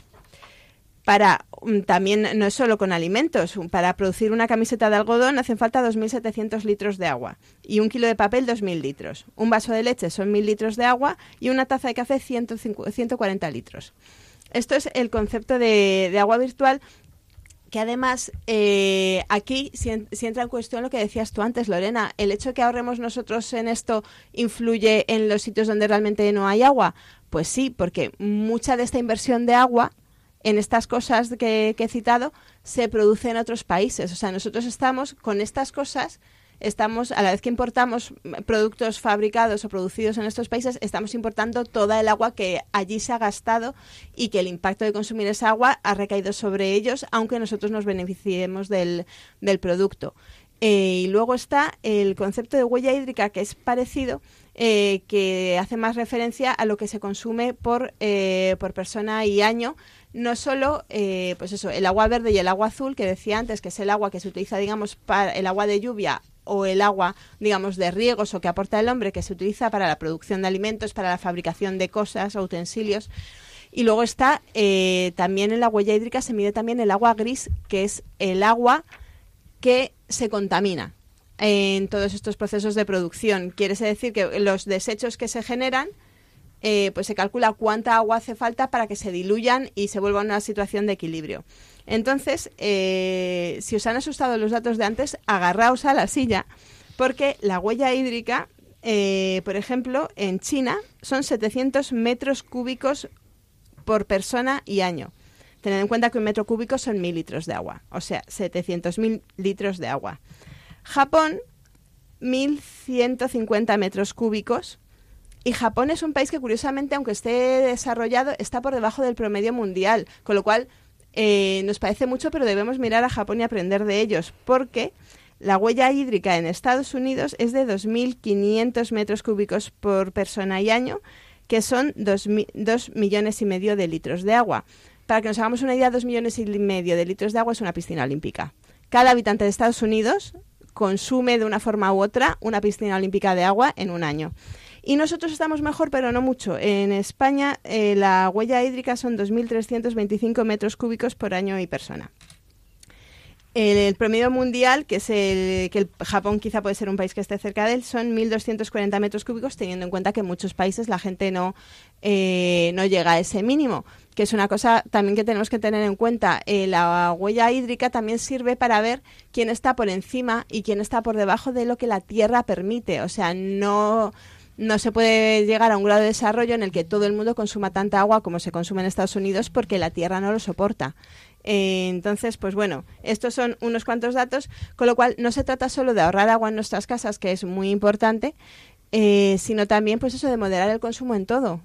Para, también no es solo con alimentos, para producir una camiseta de algodón hacen falta dos mil setecientos litros de agua y un kilo de papel dos mil litros. Un vaso de leche son mil litros de agua y una taza de café ciento cuarenta litros. Esto es el concepto de, de agua virtual, que además eh, aquí si, si entra en cuestión lo que decías tú antes, Lorena, el hecho de que ahorremos nosotros en esto influye en los sitios donde realmente no hay agua. Pues sí, porque mucha de esta inversión de agua en estas cosas que, que he citado se produce en otros países. O sea, nosotros estamos con estas cosas, estamos a la vez que importamos productos fabricados o producidos en estos países, estamos importando toda el agua que allí se ha gastado y que el impacto de consumir esa agua ha recaído sobre ellos, aunque nosotros nos beneficiemos del, del producto. Eh, y luego está el concepto de huella hídrica, que es parecido, eh, que hace más referencia a lo que se consume por, eh, por persona y año. No solo, eh, pues eso, el agua verde y el agua azul, que decía antes, que es el agua que se utiliza, digamos, para el agua de lluvia o el agua, digamos, de riegos o que aporta el hombre, que se utiliza para la producción de alimentos, para la fabricación de cosas o utensilios. Y luego está, eh, también en la huella hídrica se mide también el agua gris, que es el agua que se contamina en todos estos procesos de producción. Quiere decir que los desechos que se generan, eh, pues se calcula cuánta agua hace falta para que se diluyan y se vuelva a una situación de equilibrio. Entonces, eh, si os han asustado los datos de antes, agarraos a la silla, porque la huella hídrica, eh, por ejemplo, en China son setecientos metros cúbicos por persona y año. Tened en cuenta que un metro cúbico son mil litros de agua, o sea, setecientos mil litros de agua. Japón, mil ciento cincuenta metros cúbicos. Y Japón es un país que, curiosamente, aunque esté desarrollado, está por debajo del promedio mundial, con lo cual eh, nos parece mucho, pero debemos mirar a Japón y aprender de ellos, porque la huella hídrica en Estados Unidos es de dos mil quinientos metros cúbicos por persona y año, que son dos millones y medio de litros de agua. Para que nos hagamos una idea, dos millones y medio de litros de agua es una piscina olímpica. Cada habitante de Estados Unidos consume de una forma u otra una piscina olímpica de agua en un año. Y nosotros estamos mejor, pero no mucho. En España eh, la huella hídrica son dos mil trescientos veinticinco metros cúbicos por año y persona. El, el promedio mundial, que es el que el Japón quizá puede ser un país que esté cerca de él, son mil doscientos cuarenta metros cúbicos, teniendo en cuenta que en muchos países la gente no, eh, no llega a ese mínimo, que es una cosa también que tenemos que tener en cuenta. Eh, la huella hídrica también sirve para ver quién está por encima y quién está por debajo de lo que la Tierra permite. O sea, no... No se puede llegar a un grado de desarrollo en el que todo el mundo consuma tanta agua como se consume en Estados Unidos, porque la Tierra no lo soporta. Eh, entonces, pues bueno, estos son unos cuantos datos, con lo cual no se trata solo de ahorrar agua en nuestras casas, que es muy importante, eh, sino también, pues eso, de moderar el consumo en todo.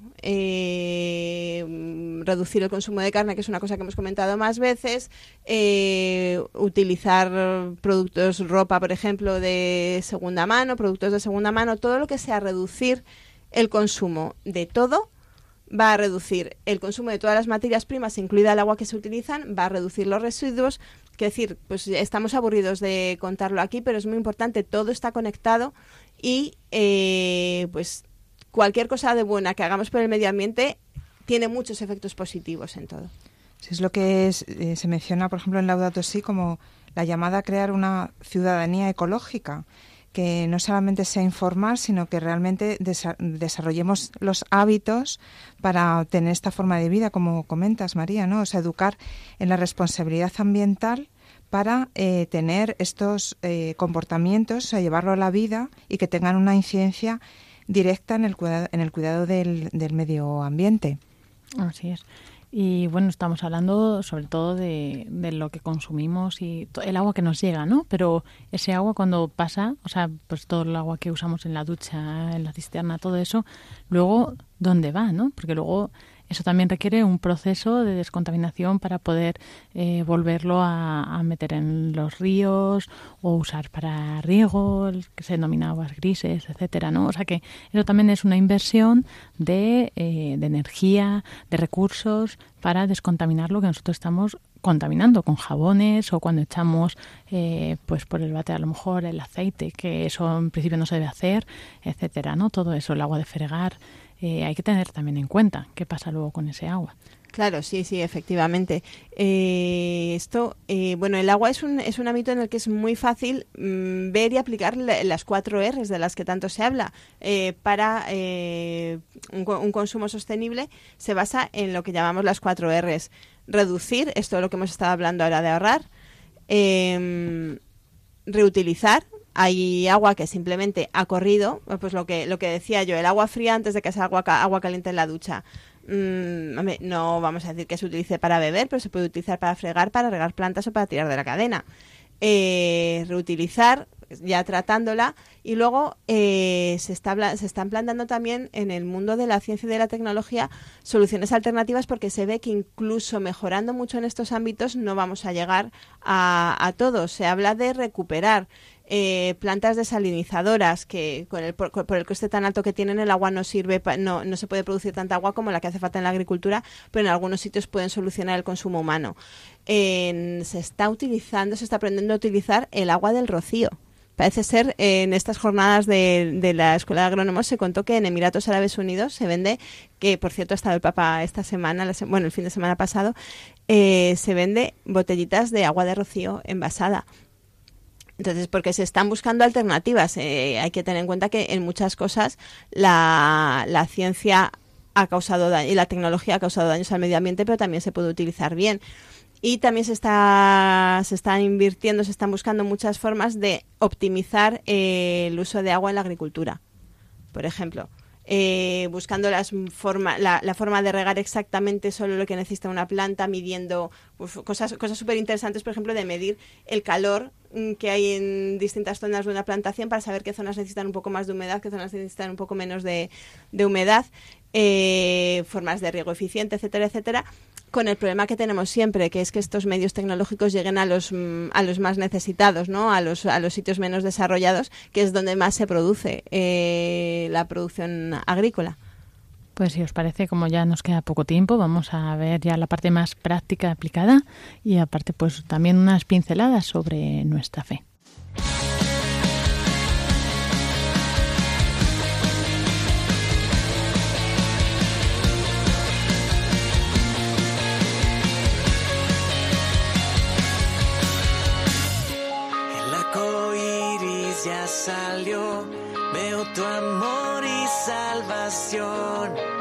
Eh, reducir el consumo de carne, que es una cosa que hemos comentado más veces, eh, utilizar productos, ropa, por ejemplo, de segunda mano, productos de segunda mano, todo lo que sea reducir el consumo de todo, va a reducir el consumo de todas las materias primas, incluida el agua que se utilizan, va a reducir los residuos. Es decir, pues estamos aburridos de contarlo aquí, pero es muy importante, todo está conectado y eh, pues cualquier cosa de buena que hagamos por el medio ambiente tiene muchos efectos positivos en todo. Sí, es lo que es, eh, se menciona, por ejemplo, en Laudato Si como la llamada a crear una ciudadanía ecológica, que no solamente sea informar, sino que realmente desa- desarrollemos los hábitos para tener esta forma de vida, como comentas, María, ¿no? O sea, educar en la responsabilidad ambiental para eh, tener estos eh, comportamientos, o sea, llevarlo a la vida y que tengan una incidencia directa en el cuidado, en el cuidado del, del medio ambiente. Así es. Y bueno, estamos hablando sobre todo de, de lo que consumimos y to- el agua que nos llega, ¿no? Pero ese agua cuando pasa, o sea, pues todo el agua que usamos en la ducha, en la cisterna, todo eso, luego, ¿dónde va, no? Porque luego eso también requiere un proceso de descontaminación para poder eh, volverlo a, a meter en los ríos o usar para riego, el que se denomina aguas grises, etcétera, ¿no? O sea que eso también es una inversión de, eh, de energía, de recursos para descontaminar lo que nosotros estamos contaminando con jabones o cuando echamos eh, pues por el váter a lo mejor el aceite, que eso en principio no se debe hacer, etcétera, ¿no? Todo eso, el agua de fregar, eh, hay que tener también en cuenta qué pasa luego con ese agua. Claro, sí, sí, efectivamente. Eh, esto, eh, bueno, el agua es un, es un ámbito en el que es muy fácil mmm, ver y aplicar la, las cuatro R's de las que tanto se habla. Eh, para eh, un, un consumo sostenible se basa en lo que llamamos las cuatro R's. Reducir, esto es lo que hemos estado hablando ahora de ahorrar. Eh, reutilizar. Hay agua que simplemente ha corrido, pues lo que lo que decía yo, el agua fría antes de que sea agua, agua caliente en la ducha. Mm, hombre, no vamos a decir que se utilice para beber, pero se puede utilizar para fregar, para regar plantas o para tirar de la cadena. Eh, reutilizar, ya tratándola, y luego eh, se, está, se están planteando también en el mundo de la ciencia y de la tecnología soluciones alternativas, porque se ve que incluso mejorando mucho en estos ámbitos no vamos a llegar a, a todos. Se habla de recuperar Eh, plantas desalinizadoras que con el, por, por el coste tan alto que tienen, el agua no sirve, pa, no, no se puede producir tanta agua como la que hace falta en la agricultura, pero en algunos sitios pueden solucionar el consumo humano. Eh, se está utilizando, se está aprendiendo a utilizar el agua del rocío. Parece ser, eh, en estas jornadas de, de la Escuela de Agrónomos se contó que en Emiratos Árabes Unidos se vende, que por cierto ha estado el Papa esta semana, la, bueno, el fin de semana pasado, eh, se vende botellitas de agua de rocío envasada. Entonces, porque se están buscando alternativas. Eh, hay que tener en cuenta que en muchas cosas la, la ciencia ha causado daño y la tecnología ha causado daños al medio ambiente, pero también se puede utilizar bien. Y también se está se están invirtiendo, se están buscando muchas formas de optimizar eh, el uso de agua en la agricultura. Por ejemplo, eh, buscando las forma, la, la forma de regar exactamente solo lo que necesita una planta, midiendo pues, cosas cosas súper interesantes, por ejemplo, de medir el calor que hay en distintas zonas de una plantación para saber qué zonas necesitan un poco más de humedad, qué zonas necesitan un poco menos de, de humedad, eh, formas de riego eficiente, etcétera, etcétera, con el problema que tenemos siempre, que es que estos medios tecnológicos lleguen a los a los más necesitados, ¿no? A los a los sitios menos desarrollados, que es donde más se produce eh, la producción agrícola. Pues si os parece, como ya nos queda poco tiempo, vamos a ver ya la parte más práctica aplicada y aparte pues también unas pinceladas sobre nuestra fe. El arco iris ya salió, veo tu amor y salvación.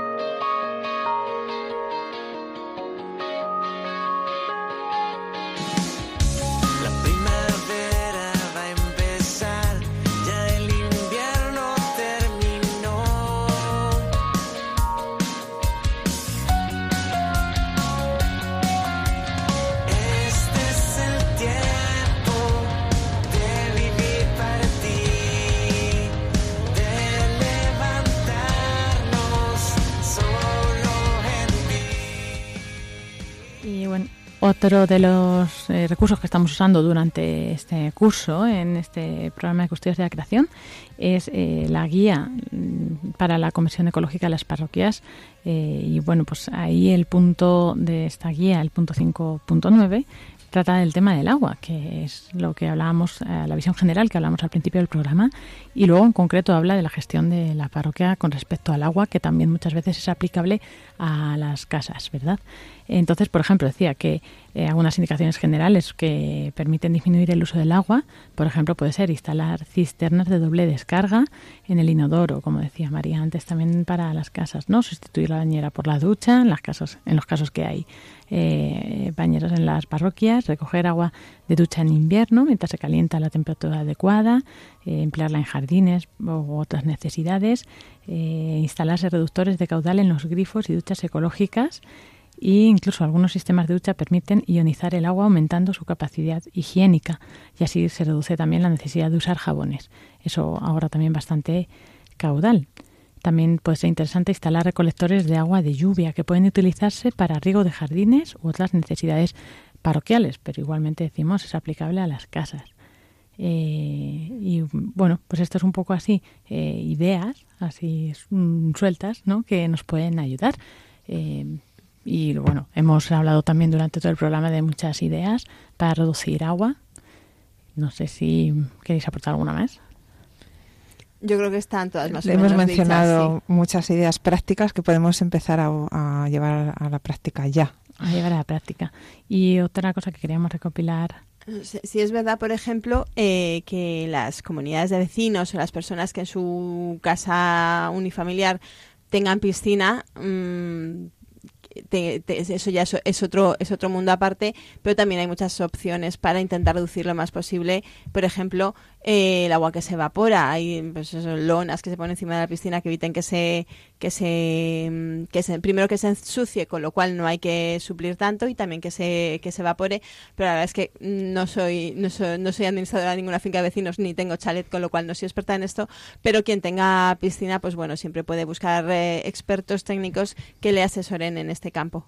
Otro de los eh, recursos que estamos usando durante este curso, en este programa de Custodios de la Creación, es eh, la guía para la conversión ecológica de las parroquias. Eh, y bueno, pues ahí el punto de esta guía, el punto cinco punto nueve, trata del tema del agua, que es lo que hablábamos, eh, la visión general que hablamos al principio del programa, y luego en concreto habla de la gestión de la parroquia con respecto al agua, que también muchas veces es aplicable a las casas, ¿verdad? Entonces, por ejemplo, decía que eh, algunas indicaciones generales que permiten disminuir el uso del agua, por ejemplo, puede ser instalar cisternas de doble descarga en el inodoro, como decía María antes, también para las casas, ¿no? Sustituir la bañera por la ducha en, las casos, en los casos que hay eh, bañeras en las parroquias, recoger agua de ducha en invierno mientras se calienta a la temperatura adecuada, eh, emplearla en jardines u otras necesidades, eh, instalarse reductores de caudal en los grifos y duchas ecológicas. E incluso algunos sistemas de ducha permiten ionizar el agua aumentando su capacidad higiénica y así se reduce también la necesidad de usar jabones. Eso ahorra también bastante caudal. También puede ser interesante instalar recolectores de agua de lluvia que pueden utilizarse para riego de jardines u otras necesidades parroquiales, pero igualmente decimos es aplicable a las casas. Eh, y bueno, pues esto es un poco así, eh, ideas así mm, sueltas, ¿no?, que nos pueden ayudar. Eh, y bueno, hemos hablado también durante todo el programa de muchas ideas para reducir agua. No sé si queréis aportar alguna más. Yo creo que están todas más o Hemos menos mencionado dichas, sí. muchas ideas prácticas que podemos empezar a, a llevar a la práctica ya. A llevar a la práctica. Y otra cosa que queríamos recopilar. Sí, es verdad, por ejemplo, eh, que las comunidades de vecinos o las personas que en su casa unifamiliar tengan piscina, mmm, Te, te, eso ya es, es otro es otro mundo aparte, pero también hay muchas opciones para intentar reducir lo más posible. Por ejemplo, eh, el agua que se evapora, hay pues eso, lonas que se ponen encima de la piscina que eviten que se que se que se primero que se ensucie, con lo cual no hay que suplir tanto, y también que se que se evapore. Pero la verdad es que no soy no soy no soy administradora de ninguna finca de vecinos ni tengo chalet, con lo cual no soy experta en esto, pero quien tenga piscina, pues bueno, siempre puede buscar eh, expertos técnicos que le asesoren en este campo.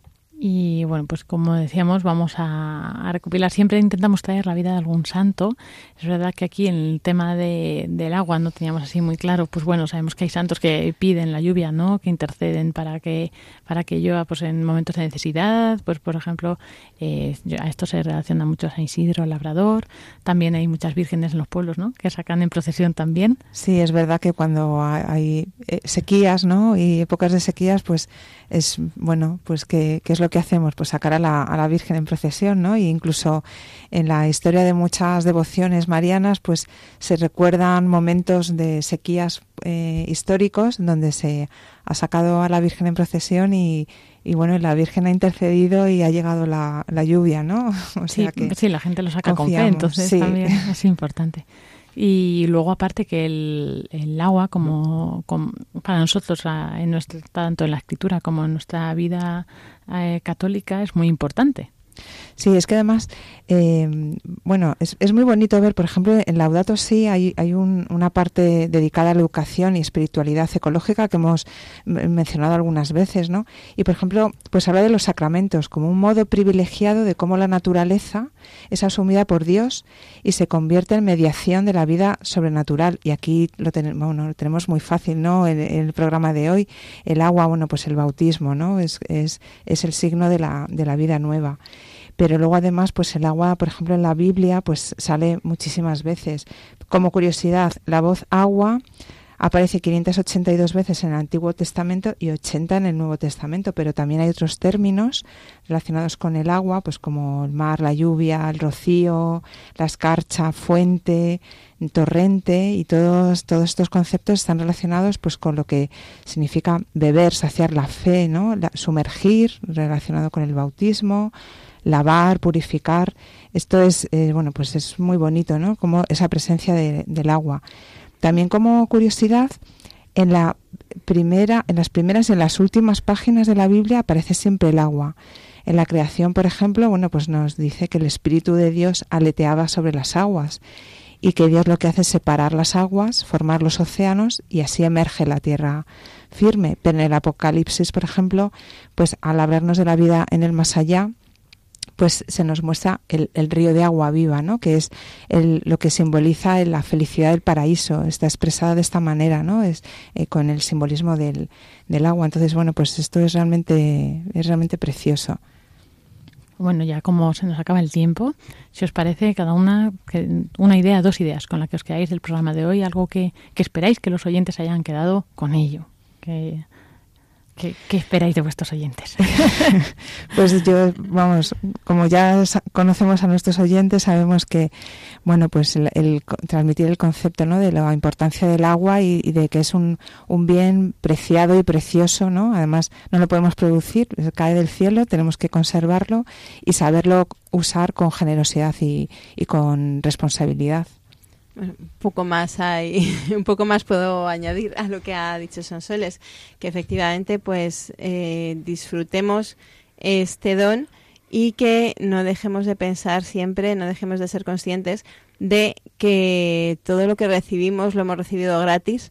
Y bueno, pues como decíamos, vamos a, a recopilar. Siempre intentamos traer la vida de algún santo. Es verdad que aquí en el tema de, del agua no teníamos así muy claro. Pues bueno, sabemos que hay santos que piden la lluvia, ¿no?, que interceden para que para que llueva pues en momentos de necesidad. Pues por ejemplo, eh, a esto se relaciona mucho a San Isidro, el Labrador. También hay muchas vírgenes en los pueblos, ¿no?, que sacan en procesión también. Sí, es verdad que cuando hay sequías, ¿no?, y épocas de sequías, pues es bueno, pues que, que es lo que hacemos, pues sacar a la, a la Virgen en procesión, ¿no? Y incluso en la historia de muchas devociones marianas, pues se recuerdan momentos de sequías eh, históricos donde se ha sacado a la Virgen en procesión y, y bueno, la Virgen ha intercedido y ha llegado la, la lluvia, ¿no? O sea sí, que sí, la gente lo saca confiamos, con fe, entonces sí. también es importante. Y luego aparte que el, el agua como, como para nosotros en nuestra, tanto en la escritura como en nuestra vida eh, católica es muy importante. Sí, es que además, eh, bueno, es, es muy bonito ver, por ejemplo, en Laudato Si hay, hay un, una parte dedicada a la educación y espiritualidad ecológica que hemos mencionado algunas veces, ¿no? Y, por ejemplo, pues habla de los sacramentos como un modo privilegiado de cómo la naturaleza es asumida por Dios y se convierte en mediación de la vida sobrenatural. Y aquí lo, ten, bueno, lo tenemos muy fácil, ¿no? En, en el programa de hoy, el agua, bueno, pues el bautismo, ¿no? Es, es, es el signo de la, de la vida nueva. Pero luego además, pues el agua, por ejemplo, en la Biblia, pues sale muchísimas veces. Como curiosidad, la voz agua aparece quinientas ochenta y dos veces en el Antiguo Testamento y ochenta en el Nuevo Testamento, pero también hay otros términos relacionados con el agua, pues como el mar, la lluvia, el rocío, la escarcha, fuente, torrente, y todos todos estos conceptos están relacionados pues con lo que significa beber, saciar la fe, ¿no? La, sumergir, relacionado con el bautismo, lavar, purificar. Esto es eh, bueno, pues es muy bonito, ¿no? Como esa presencia de, del agua. También como curiosidad, en la primera, en las primeras y en las últimas páginas de la Biblia aparece siempre el agua. En la creación, por ejemplo, bueno, pues nos dice que el Espíritu de Dios aleteaba sobre las aguas y que Dios lo que hace es separar las aguas, formar los océanos y así emerge la tierra firme. Pero en el Apocalipsis, por ejemplo, pues al hablarnos de la vida en el más allá, pues se nos muestra el, el río de agua viva, ¿no? Que es el, lo que simboliza la felicidad del paraíso. Está expresada de esta manera, ¿no? Es eh, con el simbolismo del, del agua. Entonces, bueno, pues esto es realmente es realmente precioso. Bueno, ya como se nos acaba el tiempo, si os parece, cada una que, una idea, dos ideas con las que os quedáis del programa de hoy, algo que, que esperáis que los oyentes hayan quedado con ello. Que ¿Qué, ¿Qué esperáis de vuestros oyentes? Pues yo, vamos, como ya conocemos a nuestros oyentes, sabemos que, bueno, pues el, el transmitir el concepto, ¿no?, de la importancia del agua y, y de que es un, un bien preciado y precioso, ¿no? Además, no lo podemos producir, cae del cielo, tenemos que conservarlo y saberlo usar con generosidad y, y con responsabilidad. Bueno, un poco más hay, un poco más puedo añadir a lo que ha dicho Sonsoles, que efectivamente pues eh, disfrutemos este don y que no dejemos de pensar siempre, no dejemos de ser conscientes de que todo lo que recibimos lo hemos recibido gratis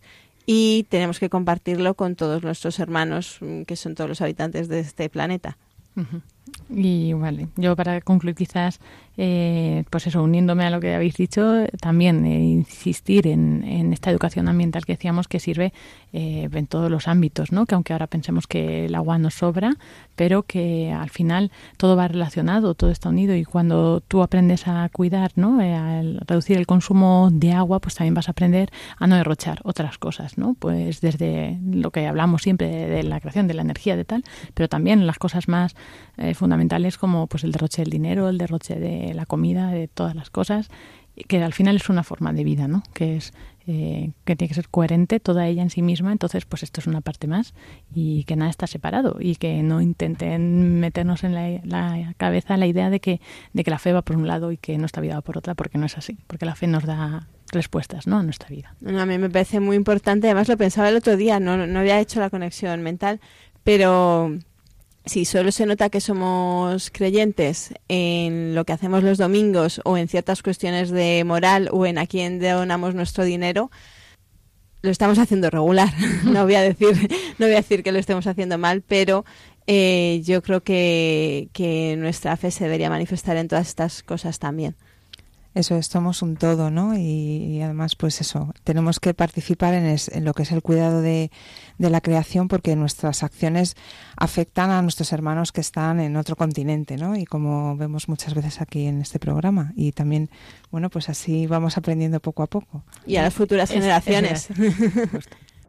y tenemos que compartirlo con todos nuestros hermanos, que son todos los habitantes de este planeta. Uh-huh. Y vale, yo para concluir quizás, eh, pues eso, uniéndome a lo que habéis dicho, también eh, insistir en, en esta educación ambiental que decíamos que sirve eh, en todos los ámbitos, ¿no? Que aunque ahora pensemos que el agua nos sobra, pero que al final todo va relacionado, todo está unido, y cuando tú aprendes a cuidar, ¿no? Eh, a reducir el consumo de agua, pues también vas a aprender a no derrochar otras cosas, ¿no? Pues desde lo que hablamos siempre de, de la creación de la energía de tal, pero también las cosas más eh, fundamentales como pues el derroche del dinero, el derroche de la comida, de todas las cosas, que al final es una forma de vida, ¿no? Que es eh, que tiene que ser coherente toda ella en sí misma. Entonces, pues esto es una parte más, y que nada está separado, y que no intenten meternos en la, la cabeza la idea de que de que la fe va por un lado y que nuestra vida va por otra, porque no es así, porque la fe nos da respuestas, ¿no? A nuestra vida. No, a mí me parece muy importante. Además, lo pensaba el otro día, no, no había hecho la conexión mental, pero si solo se nota que somos creyentes en lo que hacemos los domingos o en ciertas cuestiones de moral o en a quién donamos nuestro dinero, lo estamos haciendo regular. No voy a decir, no voy a decir que lo estemos haciendo mal, pero eh, yo creo que, que nuestra fe se debería manifestar en todas estas cosas también. Eso es, somos un todo, ¿no? Y, y además, pues eso, tenemos que participar en, es, en lo que es el cuidado de, de la creación, porque nuestras acciones afectan a nuestros hermanos que están en otro continente, ¿no? Y como vemos muchas veces aquí en este programa. Y también, bueno, pues así vamos aprendiendo poco a poco. Y a las futuras es, generaciones. Es, es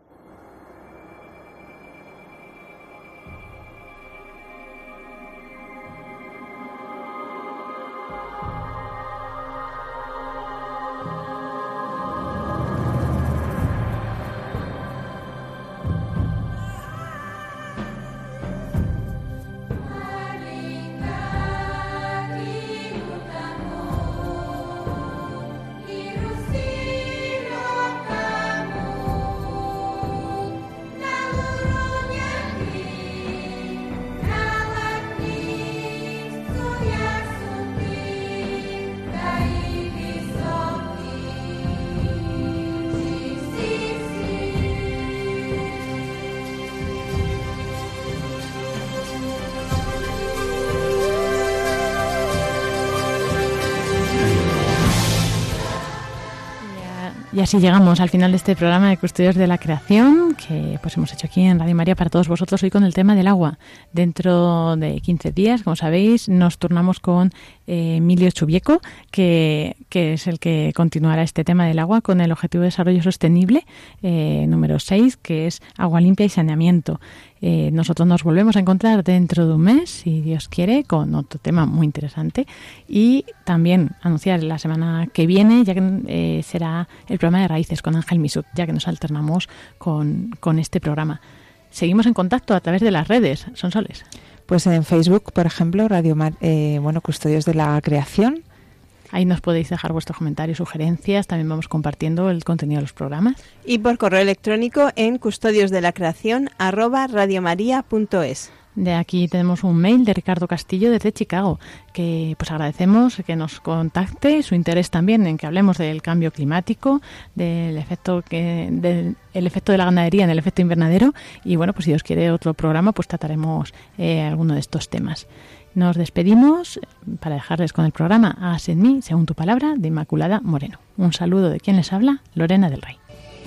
Y así llegamos al final de este programa de Custodios de la Creación, que pues hemos hecho aquí en Radio María para todos vosotros hoy con el tema del agua. Dentro de quince días, como sabéis, nos turnamos con eh, Emilio Chubieco, que, que es el que continuará este tema del agua con el Objetivo de Desarrollo Sostenible eh, número seis, que es agua limpia y saneamiento. Eh, nosotros nos volvemos a encontrar dentro de un mes, si Dios quiere, con otro tema muy interesante, y también anunciar la semana que viene, ya que eh, será el programa de Raíces con Ángel Misut, ya que nos alternamos con, con este programa. Seguimos en contacto a través de las redes, Sonsoles. Pues en Facebook, por ejemplo, Radio Mar- eh, bueno, Custodios de la Creación. Ahí nos podéis dejar vuestros comentarios, sugerencias, también vamos compartiendo el contenido de los programas. Y por correo electrónico en custodiosdelacreación arroba radiomaria punto es. De aquí tenemos un mail de Ricardo Castillo desde Chicago, que pues agradecemos que nos contacte, su interés también en que hablemos del cambio climático, del efecto que del el efecto de la ganadería en el efecto invernadero, y bueno, pues si Dios quiere otro programa, pues trataremos eh, alguno de estos temas. Nos despedimos para dejarles con el programa Haz en mí, según tu palabra, de Inmaculada Moreno. Un saludo de quien les habla, Lorena del Rey.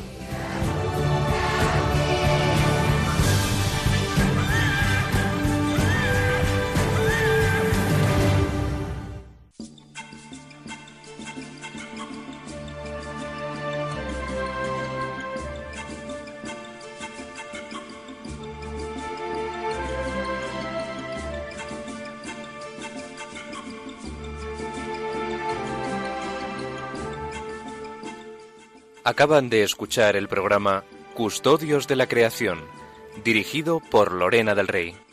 Acaban de escuchar el programa Custodios de la Creación, dirigido por Lorena del Rey.